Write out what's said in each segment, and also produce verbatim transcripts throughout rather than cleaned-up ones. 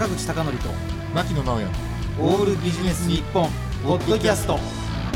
坂口孝則と牧野直哉オールビジネス日本ポッドキャスト。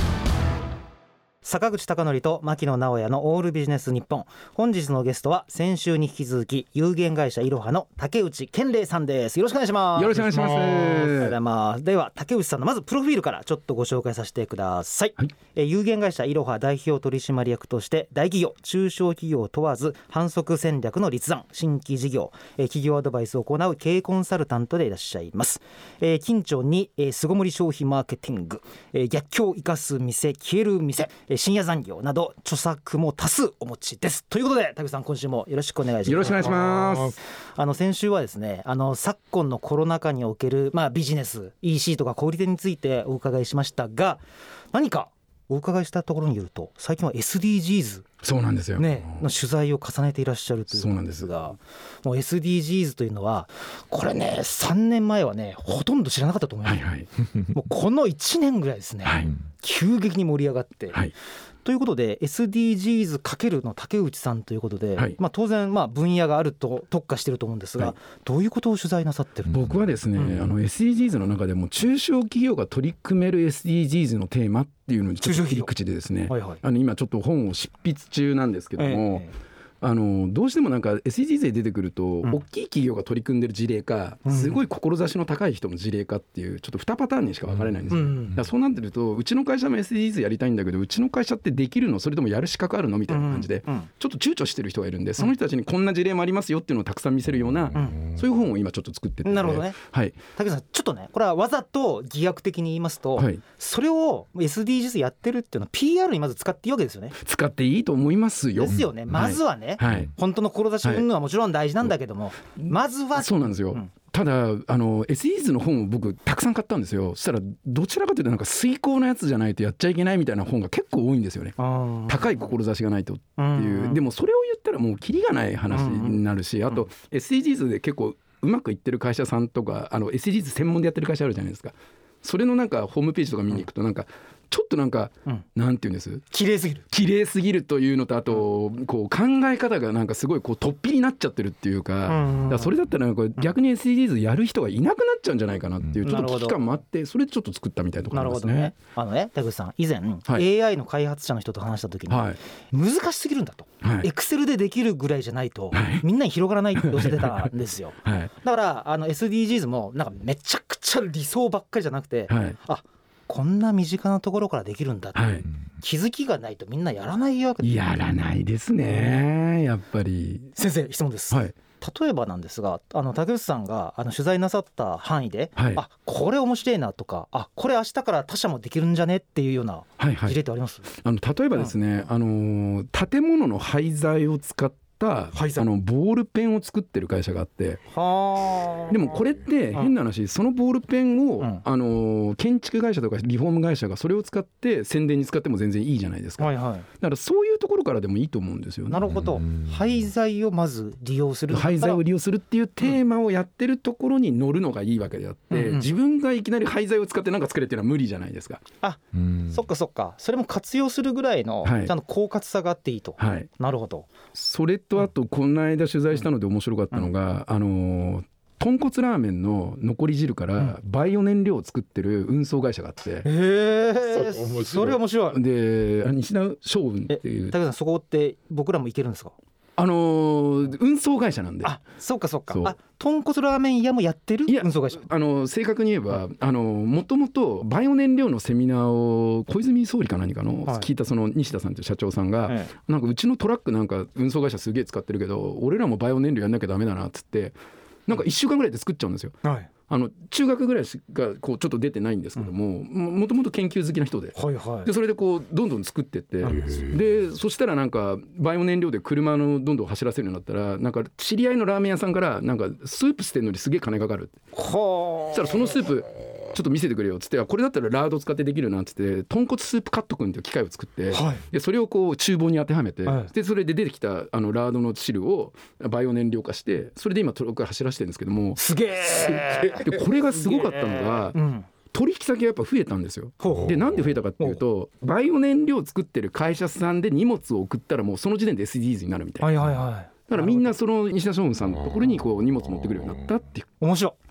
坂口孝則と牧野直哉のオールビジネス日本。本日のゲストは先週に引き続き有限会社いろはの竹内健礼さんです。よろしくお願いします。 よろしくお願いします。ありがとうございます。では竹内さんのまずプロフィールからちょっとご紹介させてください、はい、え有限会社いろは代表取締役として大企業中小企業問わず販促戦略の立案、新規事業、え企業アドバイスを行う経営コンサルタントでいらっしゃいます。え近町に、え巣ごもり消費マーケティング、え逆境を生かす店消える店、え深夜残業など著作も多数お持ちですということで、竹内さん今週もよろしくお願いします。 よろしくお願いします。 あの先週はですね、あの昨今のコロナ禍における、まあ、ビジネス イーシー とか小売店についてお伺いしましたが、何かお伺いしたところによると最近は エスディージーズ、 そうなんですよ、 ね、の取材を重ねていらっしゃるということですが、もう エスディージーズ というのはこれねさんねんまえはねほとんど知らなかったと思います、はいはい、もうこのいちねんぐらいですね、はい、急激に盛り上がって、はい、ということで エスディージーズ× の竹内さんということで、はい、まあ、当然まあ分野があると特化していると思うんですが、はい、どういうことを取材なさってるんですか。 僕はですね、うん、あの エスディージーズ の中でも中小企業が取り組める エスディージーズ のテーマっていうのにちょっと切り口でですね、はいはい、あの今ちょっと本を執筆中なんですけども、えーあのどうしてもなんか エスディージーズ で出てくると、うん、大きい企業が取り組んでる事例か、うん、すごい志の高い人の事例かっていうちょっとにパターンにしか分からないんですよ、うん、だからそうなってるとうちの会社も エスディージーズ やりたいんだけどうちの会社ってできるのそれともやる資格あるのみたいな感じで、うん、ちょっと躊躇してる人がいるんで、その人たちにこんな事例もありますよっていうのをたくさん見せるような、うん、そういう本を今ちょっと作ってて。 なるほどね、はい、竹内さんちょっとねこれはわざと偽薬的に言いますと、はい、それを エスディージーズ やってるっていうのは ピーアール にまず使っていいわけですよね。 使っていいと思いますよ。 ですよね。まずはね、はい、本当の志云々はもちろん大事なんだけども、はい、まずはそうなんですよ、うん、ただあの エスディージーズ の本を僕たくさん買ったんですよ。そしたらどちらかというとなんか遂行のやつじゃないとやっちゃいけないみたいな本が結構多いんですよね。高い志がないとっていう。でもそれを言ったらもうキリがない話になるし、あと エスディージーズ で結構うまくいってる会社さんとかあの エスディージーズ 専門でやってる会社あるじゃないですか。それのなんかホームページとか見に行くとなんかちょっとなんか、うん、なんていうんです綺麗すぎる綺麗すぎるというのと、あとこう考え方がなんかすごいこう突飛になっちゃってるっていうか、うん、だからそれだったらなんか逆に エスディージーズ やる人がいなくなっちゃうんじゃないかなっていうちょっと危機感もあって、それでちょっと作ったみたいなところですね。 なるほどね。あのね竹内さん以前、はい、エーアイ の開発者の人と話した時に、はい、難しすぎるんだと、はい、エクセルでできるぐらいじゃないと、はい、みんなに広がらないっておっしゃってたんですよ、はい、だからあの エスディージーズ もなんかめちゃくちゃ理想ばっかりじゃなくて、はい、あこんな身近なところからできるんだって、はい、気づきがないとみんなやらないわけです。 やらないですねやっぱり。 先生質問です、はい、例えばなんですがあの竹内さんがあの取材なさった範囲で、はい、あこれ面白いなとかあこれ明日から他社もできるんじゃねっていうような事例ってあります？ はいはい、あの例えばですね、うん、あの建物の廃材を使ってあのボールペンを作ってる会社があって、はでもこれって変な話、そのボールペンを、うん、あの建築会社とかリフォーム会社がそれを使って宣伝に使っても全然いいじゃないですか、はいはい、だからそういうところからでもいいと思うんですよね。 なるほど。廃材をまず利用する廃材を利用するっていうテーマをやってるところに乗るのがいいわけであって、うんうん、自分がいきなり廃材を使って何か作れっていうのは無理じゃないですか。 あ、そっかそっか。それも活用するぐらいの、はい、ちゃんと狡猾さがあっていいと、はい、なるほど。 それとあとこの間取材したので面白かったのが、うん、あの豚骨ラーメンの残り汁からバイオ燃料を作ってる運送会社があって、うん、へーそれ面白い。 で西田商運っていう。 竹内さんそこって僕らも行けるんですか？ あのー、運送会社なんで。 あ、そうかそうか。あ、豚骨ラーメン屋もやってる運送会社。 あの正確に言えばもともとバイオ燃料のセミナーを小泉総理か何かの聞いたその西田さんという社長さんが、はい、なんかうちのトラックなんか運送会社すげえ使ってるけど俺らもバイオ燃料やんなきゃダメだなっつってなんかいっしゅうかんぐらいで作っちゃうんですよ、はい、あの中学ぐらいしかこうちょっと出てないんですけども、うん、もともと研究好きな人 で,、はいはい、でそれでこうどんどん作ってって、でそしたらなんかバイオ燃料で車のどんどん走らせるようになったらなんか知り合いのラーメン屋さんからなんかスープ捨てるのにすげえ金かかるって、そしたらそのスープちょっと見せてくれよっつって、これだったらラード使ってできるなっつって豚骨スープカットくんっていう機械を作って、はい、でそれをこう厨房に当てはめて、はい、でそれで出てきたあのラードの汁をバイオ燃料化してそれで今トラック走らせてるんですけども、 すげえ。 でこれがすごかったのが、うん、取引先がやっぱ増えたんですよ。でなんで増えたかっていうとバイオ燃料を作ってる会社さんで荷物を送ったらもうその時点で エスディーズ になるみたいな、はいはいはい、だからみんなその西田商運さんのところにこう荷物持ってくるようになったっていう。 面白い。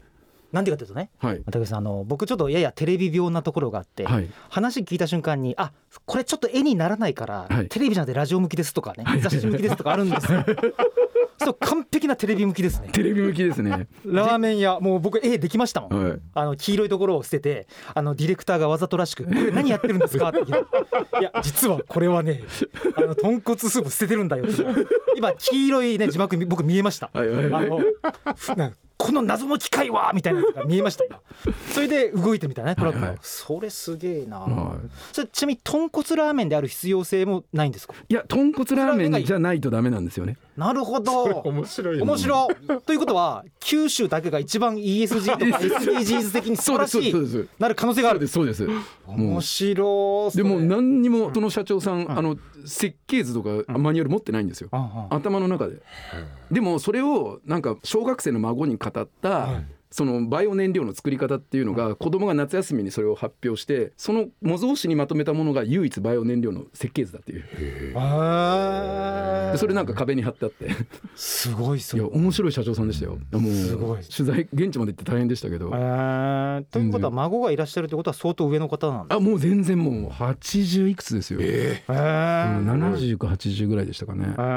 なんでかというとね、 はい、 竹内さんあの僕ちょっとややテレビ病なところがあって、はい、話聞いた瞬間にあこれちょっと絵にならないから、はい、テレビじゃなくてラジオ向きですとかね、はい、雑誌向きですとかあるんですよそう完璧なテレビ向きですね。 テレビ向きですね。 ラーメン屋もう僕絵できましたもん、はい、あの黄色いところを捨ててあのディレクターがわざとらしくこれ何やってるんですかって聞いていや実はこれはねあの豚骨スープ捨ててるんだよって今黄色い、ね、字幕僕見えました、はいはいはい、あのなんかこの謎の機械はみたいなのが見えましたよそれで動いてるみたいなねトラック、はいはい、それすげえな、はい、それちなみに豚骨ラーメンである必要性もないんですか？ いや豚骨ラーメンじゃないとダメなんですよね。 なるほど面白い、ね、 面白ということは九州だけが一番 イーエスジー とか エスディージーズ 的に素晴らしいなる可能性がある。 そうですそうです。 面白い。 でも何にもその社長さん、うん、あの設計図とかマニュアル持ってないんですよ、うん、頭の中で、うん、でもそれをなんか小学生の孫に語った、うん、そのバイオ燃料の作り方っていうのが子供が夏休みにそれを発表してその模造紙にまとめたものが唯一バイオ燃料の設計図だっていう。でそれなんか壁に貼ってあってすごい。 いや面白い社長さんでしたよ。もうすごい取材現地まで行って大変でしたけど。 ということは孫がいらっしゃるということは相当上の方なんですか？ あもう全然もうはちじゅういくつですよ、えーうん、ななじゅうかはちじゅうぐらいでしたかね、うん、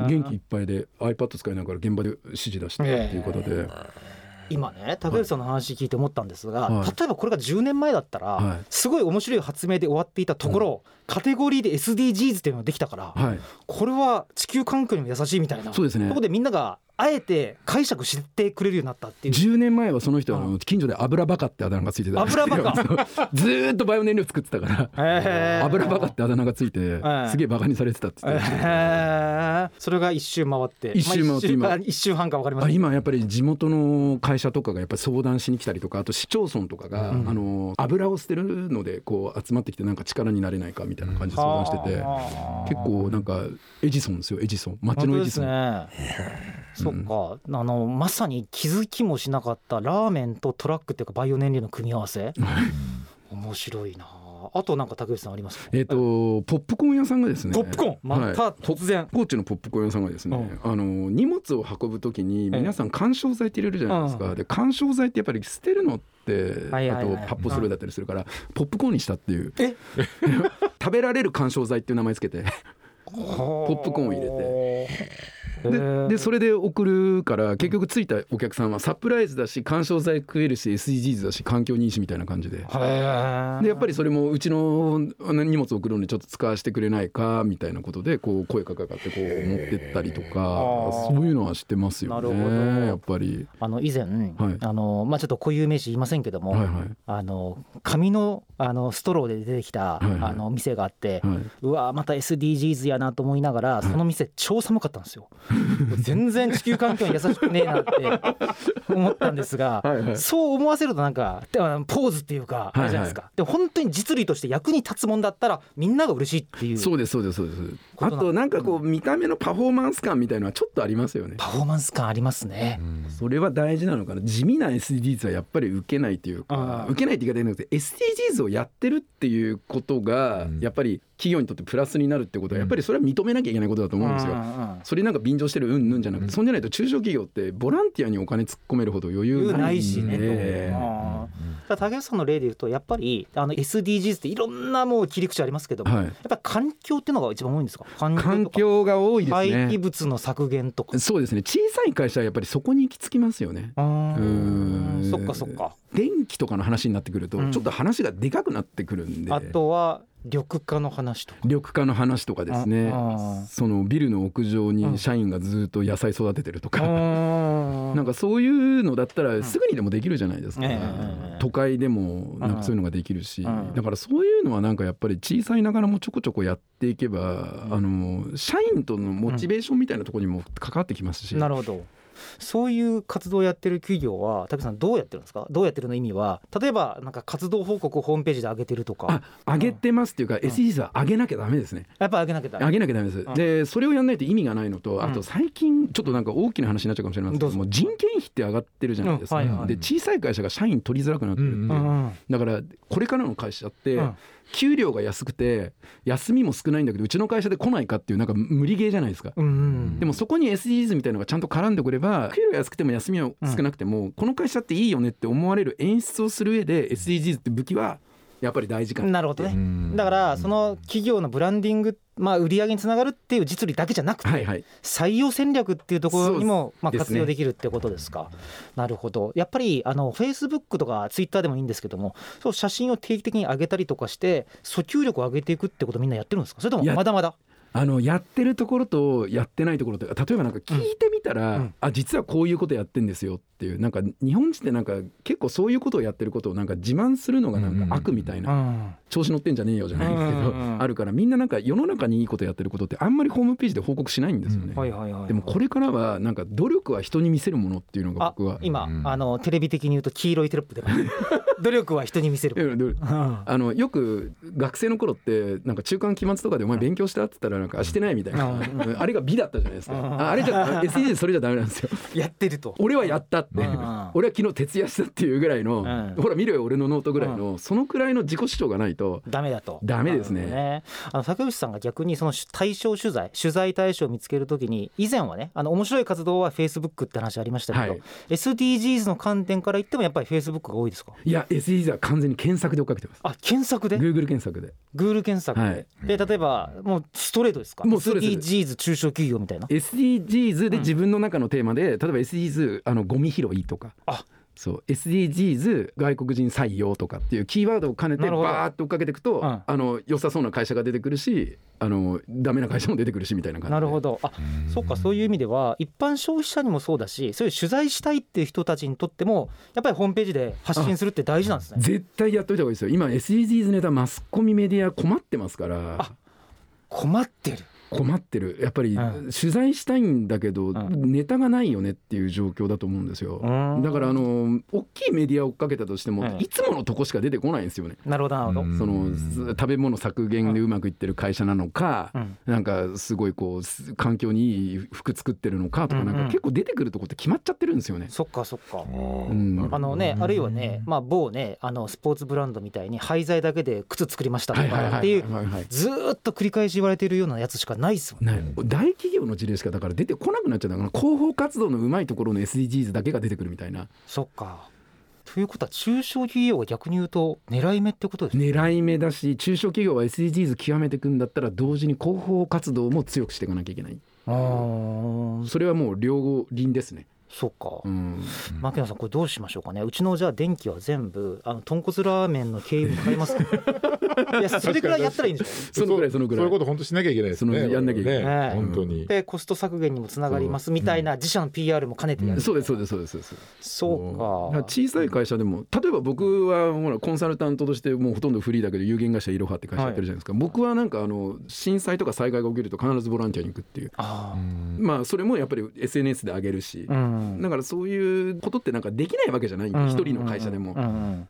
元気いっぱいで iPad 使いながら現場で指示出してっていう方で、えー今ね竹内さんの話聞いて思ったんですが、はい、例えばこれがじゅうねんまえだったら、はい、すごい面白い発明で終わっていたところ、はい、カテゴリーで エスディージーズ っていうのができたから、はい、これは地球環境にも優しいみたいな。 そうですね。 ところでみんながあえて解釈してくれるようになったっていう。 じゅうねんまえはその人は近所で油バカってあだ名がついてた。 油バカずーっとバイオ燃料作ってたから、油バカってあだ名がついてすげえバカにされてたって言ってた。 それが一周回って一周回って今一周半か分かりません。 今やっぱり地元の会社とかがやっぱり相談しに来たりとか、あと市町村とかが、うん、あの油を捨てるのでこう集まってきてなんか力になれないかみたいな感じで相談してて、結構なんかエジソンですよ。エジソン、町のエジソン。本当ですね。そっか、あのまさに気づきもしなかったラーメンとトラックっていうかバイオ燃料の組み合わせ面白いな。あとなんか竹内さんありますか？ えーとポップコーン屋さんがですね、 ポップコーンまた突然、はい、 高知のポップコーン屋さんがですね、うん、あの荷物を運ぶときに皆さん緩衝材って入れるじゃないですか、うん、で緩衝材ってやっぱり捨てるのって、はいはいはい、あと発泡スチロールだったりするから、うん、ポップコーンにしたっていうえ食べられる緩衝材っていう名前つけてポップコーンを入れてで, でそれで送るから結局着いたお客さんはサプライズだし緩衝材食えるし エスディージーズ だし環境にいいしみたいな感じで、でやっぱりそれもうちの荷物送るのにちょっと使わせてくれないかみたいなことでこう声かかってこう持ってったりとか、そういうのは知ってますよね。なるほど。やっぱりあの以前、はい、あのまあ、ちょっと固有名詞言いませんけども、はいはい、あの紙 の, あのストローで出てきた、はいはい、あの店があって、はい、うわまた エスディージーズ やなと思いながら、その店超寒かったんですよ全然地球環境に優しくねえなって思ったんですがはい、はい、そう思わせるとなんかポーズっていうかあれじゃないですか、はいはい、で本当に実利として役に立つもんだったらみんなが嬉しいっていう。 そうですそうですそうです。あとなんかこう見た目のパフォーマンス感みたいなのはちょっとありますよね。 パフォーマンス感ありますね、 うん、それは大事なのかな。地味な エスディージーズ はやっぱり受けないというか、受けないって言い方じゃなくて エスディージーズ をやってるっていうことがやっぱり企業にとってプラスになるってことはやっぱりそれは認めなきゃいけないことだと思うんですよ、うんうんうん、それなんか便乗してるうんぬんじゃなくて、うん、そんじゃないと中小企業ってボランティアにお金突っ込めるほど余裕ないしね、 えー、うん、竹内さんの例で言うとやっぱりあの エスディージーズ っていろんなもう切り口ありますけども、はい、やっぱり環境っていうのが一番多いんですか？環境とか環境が多いですね。 廃棄物の削減とか。 そうですね。小さい会社はやっぱりそこに行き着きますよね。あー、うん、そっかそっか。 電気とかの話になってくるとちょっと話がでかくなってくるんで、 うん、あとは緑化の話とか緑化の話とかですね。そのビルの屋上に社員がずっと野菜育ててるとか、うん、なんかそういうのだったらすぐにでもできるじゃないですか、うん、都会でもなんかそういうのができるし、うん、だからそういうのはなんかやっぱり小さいながらもちょこちょこやっていけば、うん、あの社員とのモチベーションみたいなところにも関わってきますし、 うん、なるほど。そういう活動をやってる企業は竹さんどうやってるんですか？どうやってるの意味は例えばなんか活動報告をホームページで上げてるとか。 あ、上げてますっていうか、うん、エスディージーズ は上げなきゃダメですね。 やっぱ上げなきゃダメ。 上げなきゃダメです、うん、でそれをやんないと意味がないのと、あと最近ちょっとなんか大きな話になっちゃうかもしれませんけども、人件費って上がってるじゃないですか、うん、はいはい、で小さい会社が社員取りづらくなってるっていう、うんうん、だからこれからの会社って、うん、 給料が安くて休みも少ないんだけどうちの会社で来ないかっていうなんか無理ゲーじゃないですか、うんうん、でもそこに エスディージーズ みたいなのがちゃんと絡んでくれば給料安くても休みは少なくても、うん、この会社っていいよねって思われる演出をする上で エスディージーズ って武器はやっぱり大事かな。なるほどね。だからその企業のブランディング、まあ、売り上げにつながるっていう実利だけじゃなくて、はいはい、採用戦略っていうところにもまあ活用できるってことですか。なるほど。やっぱりあの Facebook とか Twitter でもいいんですけども、そう写真を定期的に上げたりとかして訴求力を上げていくってことをみんなやってるんですか。それともまだまだあのやってるところとやってないところと、例えばなんか聞いてみたら、うん、あ実はこういうことやってんですよっていう、なんか日本人ってなんか結構そういうことをやってることをなんか自慢するのがなんか悪みたいな、うん、調子乗ってんじゃねえよじゃないんですけど、うん、あるからみんななんか世の中にいいことやってることってあんまりホームページで報告しないんですよね、うんはいはいはいはい、でもこれからはなんか努力は人に見せるものっていうのが僕は今、うん、あのテレビ的に言うと黄色いテロップで努力は人に見せるものあのよく学生の頃ってなんか中間期末とかでお前勉強したって言ったらなんかしてないみたいな、うんあれが美だったじゃないですか。あ, あれじゃ エスディージー それじゃダメなんですよ。 やってると俺はやったって俺は昨日徹夜したっていうぐらいの、うん、ほら見ろよ俺のノートぐらいの、うん、そのくらいの自己主張がないとダメだとダメですね。 ねあの竹内さんが逆にその対象取材取材対象を見つけるときに以前はねあの面白い活動は Facebook って話ありましたけど、はい、エスディージーズ の観点から言ってもやっぱり Facebook が多いですか。 いや エスディージーズ は完全に検索で追っかけてます。 あ検索で Google 検索で Google 検索で、はい、で例えばもうストレートですか。もう エスディージーズ 中小企業みたいなエスディージーズ で自分の中のテーマで、うん、例えば エスディージーズ あのゴミ拾いとかあそう エスディージーズ 外国人採用とかっていうキーワードを兼ねてバーッと追っかけていくと、うん、あの良さそうな会社が出てくるしあのダメな会社も出てくるしみたいな感じで。 なるほど。あそうかそういう意味では一般消費者にもそうだしそういう取材したいっていう人たちにとってもやっぱりホームページで発信するって大事なんですね。 絶対やっといた方がいいですよ。今 エスディージーズ ネタマスコミメディア困ってますから。 あ困ってる困ってるやっぱり、うん、取材したいんだけど、うん、ネタがないよねっていう状況だと思うんですよ。だからあの大きいメディアを追っかけたとしても、うん、いつものとこしか出てこないんですよね。 なるほどなるほど。 その食べ物削減でうまくいってる会社なのか、うん、なんかすごいこう環境にいい服作ってるのかとか、うんうん、なんか結構出てくるとこって決まっちゃってるんですよね。 そっかそっか、うん、あのねあるいはね、まあ、某ねあのスポーツブランドみたいに廃材だけで靴作りましたとかっていうずーっと繰り返し言われているようなやつしかないですもんね。ない大企業の事例しかだから出てこなくなっちゃう。だから広報活動のうまいところの エスディージーズ だけが出てくるみたいな。 そっか。ということは中小企業が逆に言うと狙い目ってことですね。 狙い目だし中小企業は エスディージーズ 極めていくんだったら同時に広報活動も強くしていかなきゃいけない。あそれはもう両輪ですね。 そうか、うん、牧野さんこれどうしましょうかね。うちのじゃあ電気は全部あの豚骨ラーメンの経由に変えますかいやそれくらいやったらいいんでしょ。 そのくらいそのくらいそういうこと本当しなきゃいけないですね。そのやんなきゃいけない、 ね、 本当にでコスト削減にもつながりますみたいな自社の ピーアール も兼ねてやる、 うん、そうですそうですそうですそうか。 小さい会社でも例えば僕はほらコンサルタントとしてもうほとんどフリーだけど有限会社いろはって会社やってるじゃないですか、はい、僕はなんかあの震災とか災害が起きると必ずボランティアに行くっていう。あまあそれもやっぱり エスエヌエス で上げるし、うん、だからそういうことってなんかできないわけじゃないんで、うん、一人の会社でも、うん、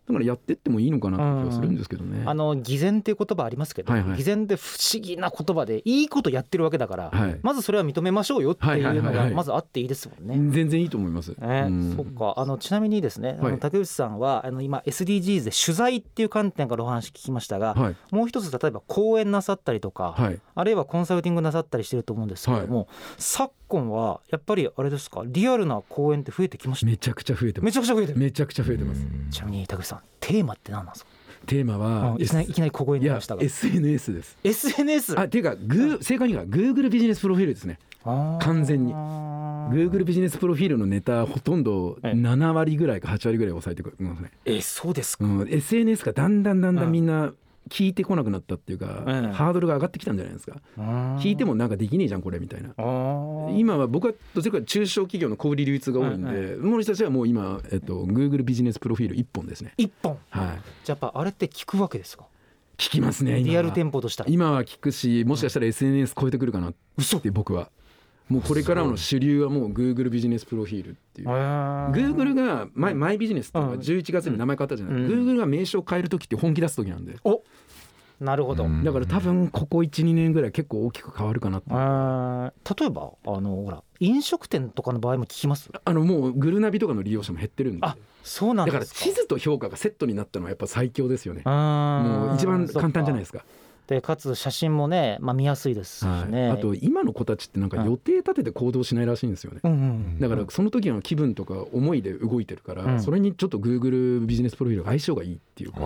だからやってってもいいのかなって気がするんですけどね、 うん、あの偽善っていう言葉ありますけど、はいはい、偽善って不思議な言葉でいいことやってるわけだから、はい、まずそれは認めましょうよっていうのがまずあっていいですもんね、はいはいはいはい、全然いいと思います、 ねうん、そっか。あのちなみにですね、はい、あの竹内さんはあの今 エスディージーズ で取材っていう観点からお話聞きましたが、はい、もう一つ例えば講演なさったりとか、はい、あるいはコンサルティングなさったりしてると思うんですけども、はい、昨今はやっぱりあれですかリアルな講演って増えてきました。 めちゃくちゃ増えてます。 めちゃくちゃ増えてる。 めちゃくちゃ増えてます。 ちなみに竹内さんテーマって何なんですか。 テーマは、 うん、いきなりいきなり小声になりましたがエスエヌエス です。 エスエヌエスあていうか、グー、正確には Google ビジネスプロフィールですね。完全に Google ビジネスプロフィールのネタほとんどななわりぐらいかはちわりぐらい抑えてくるますね。 えそうですか、 うん、エスエヌエス がだんだんだんだんみんな聞いてこなくなったっていうか、うん、ハードルが上がってきたんじゃないですか。聞いてもなんかできねえじゃんこれみたいな。今は僕はどちらか中小企業の小売流通が多いんで、うんうん、もう人たちはもう今、えっと、Google ビジネスプロフィールいっぽんですね。 いっぽん、 はい、 じゃあやっぱあれって聞くわけですか。 聞きますね。 リアル店舗としたら今は聞くし、もしかしたら エスエヌエス 超えてくるかなって僕はもうこれからの主流はもう Google ビジネスプロフィールっていう。 Google がマイ、マイビジネスっていうのがじゅういちがつに名前変わったじゃない、うん、Google が名称を変える時って本気出す時なんで。おなるほど。 だから多分ここ いちにねんぐらい結構大きく変わるかなって。 あ例えばあのほら飲食店とかの場合も聞きます？ あのもうグルナビとかの利用者も減ってるんで。 あそうなんですか。 だから地図と評価がセットになったのはやっぱ最強ですよね。 あもう一番簡単じゃないですか。 でかつ写真もね、まあ、見やすいですしね、 はい、あと今の子たちってなんか予定立てて行動しないらしいんですよね、うんうん、だからその時の気分とか思いで動いてるから、うん、それにちょっと Google ビジネスプロフィールが相性がいいっていうか、うん、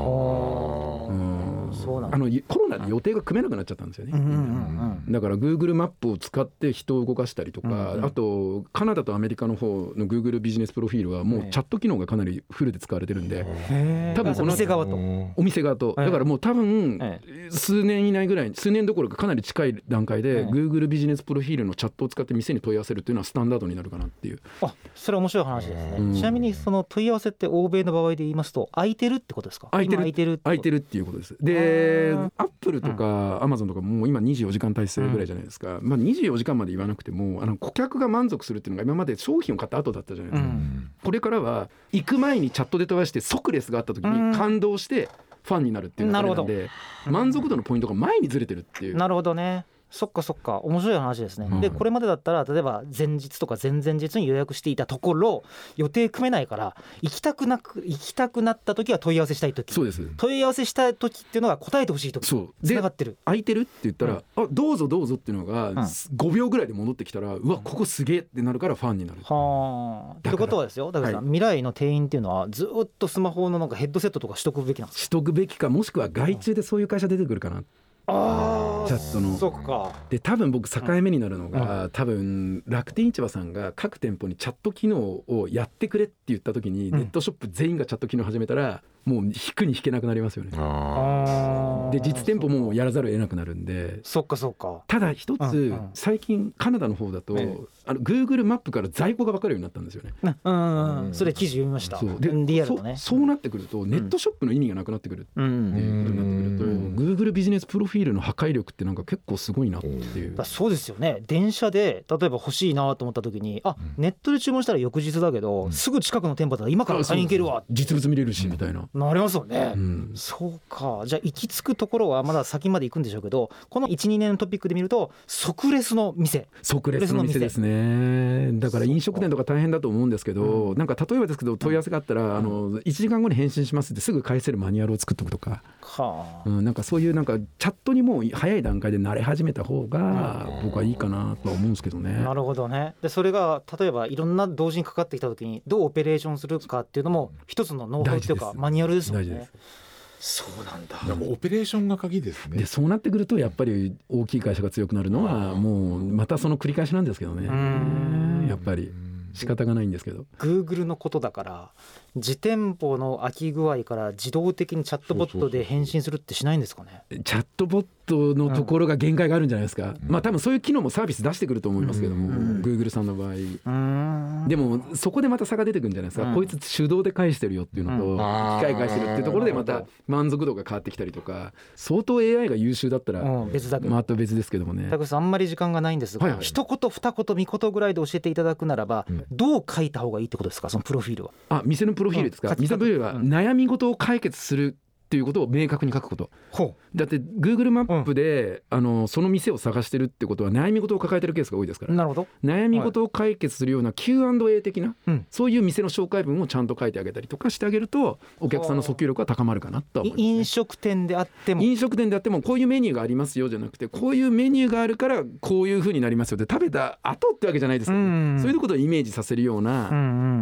そうなんだ。あのコロナで予定が組めなくなっちゃったんですよね、うんうんうん、だから Google マップを使って人を動かしたりとか、うんうん、あとカナダとアメリカの方の Google ビジネスプロフィールはもうチャット機能がかなりフルで使われてるんで、多分この店側とお店側とだからもう多分数年以内ぐらい数年どころかかなり近い段階で Google ビジネスプロフィールのチャットを使って店に問い合わせるっていうのはスタンダードになるかなっていう。 あそれは面白い話ですね、うん、ちなみにその問い合わせって欧米の場合で言いますと空いてるってことですか？ 空いてる、 空いてる空いてるっていうことです。でアップルとかアマゾンとかもう今にじゅうよじかん体制ぐらいじゃないですか、うんまあ、にじゅうよじかんまで言わなくてもあの顧客が満足するっていうのが今まで商品を買った後だったじゃないですか、うん、これからは行く前にチャットで問い合わせて即レスがあった時に感動してファンになるっていうのがあるので、満足度のポイントが前にずれてるっていう。 なるほどね。そっかそっか面白い話ですね、うん、でこれまでだったら例えば前日とか前々日に予約していたところ予定組めないから行きたくなく行きたくなった時は問い合わせしたい時、 そうです。 問い合わせしたい時っていうのが答えてほしい時つながってる。 空いてるって言ったら、うん、あどうぞどうぞっていうのがごびょうぐらいで戻ってきたら、うん、うわここすげえってなるからファンになる。 はあってことはですよ、だから、はい、未来の店員っていうのはずっとスマホのなんかヘッドセットとかしとくべきなんですか？ しとくべきか、もしくは外注でそういう会社出てくるかな、うん、あチャットの。 そっか。 で多分僕境目になるのが、うん、多分楽天市場さんが各店舗にチャット機能をやってくれって言った時に、うん、ネットショップ全員がチャット機能始めたらもう引くに引けなくなりますよね。あで実店舗もやらざるを得なくなるんで。 そっかそっか。 ただ一つ、うんうん、最近カナダの方だと、ね、あの Google マップから在庫が分かるようになったんですよね。 うんうん、それ記事読みました。そうでリアルだね。 そ, そうなってくるとネットショップの意味がなくなってくるっていうことになってくると、Google ビジネスプロフィールの破壊力ってなんか結構すごいなっていう。 だそうですよね。電車で例えば欲しいなと思った時にあネットで注文したら翌日だけど、うん、すぐ近くの店舗だったら今から買いに行けるわ、 実物見れるしみたいな、 なりますよね、うん、そうか。じゃあ行き着くところはまだ先まで行くんでしょうけど、この いちにねんのトピックで見ると即レスの店即レスの店ですね。だから飲食店とか大変だと思うんですけど、うん、なんか例えばですけど問い合わせがあったら、うん、あのいちじかんごに返信しますってすぐ返せるマニュアルを作っとくとか、はあうん、なんかそういうなんかチャットにもう早い段階で慣れ始めた方が僕はいいかなとは思うんですけどね。 なるほどね。でそれが例えばいろんな同時にかかってきた時にどうオペレーションするかっていうのも一つのノウハウというかマニュアルですもんね。そうなんだ。 でもオペレーションが鍵ですね。 でそうなってくるとやっぱり大きい会社が強くなるのはもうまたその繰り返しなんですけどね。うんやっぱり仕方がないんですけど、 Google のことだから自店舗の空き具合から自動的にチャットボットで返信するってしないんですかね。 チャットボットのところが限界があるんじゃないですか、うん、まあ多分そういう機能もサービス出してくると思いますけども、うん、Google さんの場合うんでもそこでまた差が出てくるんじゃないですか、うん、こいつ手動で返してるよっていうのと、うん、機械返してるっていうところでまた満足度が変わってきたりとか、相当 エーアイ が優秀だったら、うん、別だけどまた別ですけどもね。 田口さんあんまり時間がないんですが、はいはい、一言二言三言ぐらいで教えていただくならば、うん、どう書いた方がいいってことですか、そのプロフィールは。 あ店のプロフィールですか、うん、店のプロフィールは悩み事を解決するっていうことを明確に書くこと、うん、だって Google マップで、うん、あのその店を探してるってことは悩み事を抱えてるケースが多いですから。 なるほど。 悩み事を解決するような キューアンドエー 的な、はい、そういう店の紹介文をちゃんと書いてあげたりとかしてあげるとお客さんの訴求力が高まるかなと思います、ね、 飲食店であっても飲食店であってもこういうメニューがありますよじゃなくて、こういうメニューがあるからこういう風になりますよって食べた後ってわけじゃないですか、ねうんうん、そういうことをイメージさせるような、うんうん、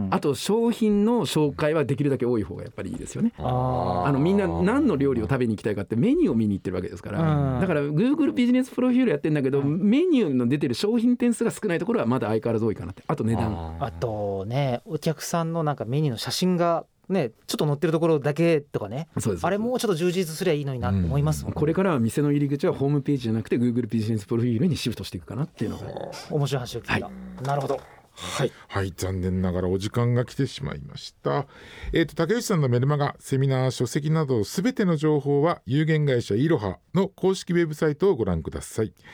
あと商品の紹介はできるだけ多い方がやっぱりいいですよね。ああのみんな何の料理を食べに行きたいかってメニューを見に行ってるわけですから、うん、だから Google ビジネスプロフィールやってるんだけど、うん、メニューの出てる商品点数が少ないところはまだ相変わらず多いかなって。あと値段、 あとねお客さんのなんかメニューの写真がね、ちょっと載ってるところだけとかね、そうですあれもうちょっと充実すればいいのになと思いますもん、 うん、これからは店の入り口はホームページじゃなくて Google ビジネスプロフィールにシフトしていくかなっていうのが面白い話を聞いた、はい、なるほど。 はい、はい、残念ながらお時間が来てしまいました。えーと、竹内さんのメルマガ、セミナー、書籍などすべての情報は有限会社いろはの公式ウェブサイトをご覧ください。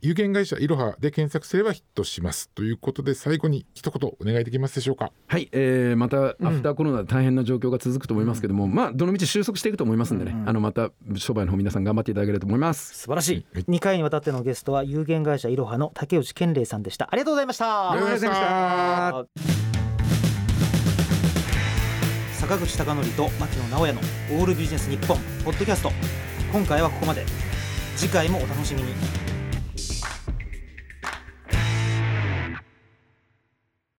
有限会社いろはで検索すればヒットしますということで、最後に一言お願いできますでしょうか。 はい、えー、またアフターコロナで大変な状況が続くと思いますけども、うん、まあどの道収束していくと思いますんでね、うん、あのまた商売の方皆さん頑張っていただければと思います。 素晴らしい、はい、にかいにわたってのゲストは有限会社いろはの竹内健礼さんでした。ありがとうございました。 ありがとうございました。 坂口孝則と牧野直哉のオールビジネス日本ポッドキャスト、今回はここまで。次回もお楽しみに。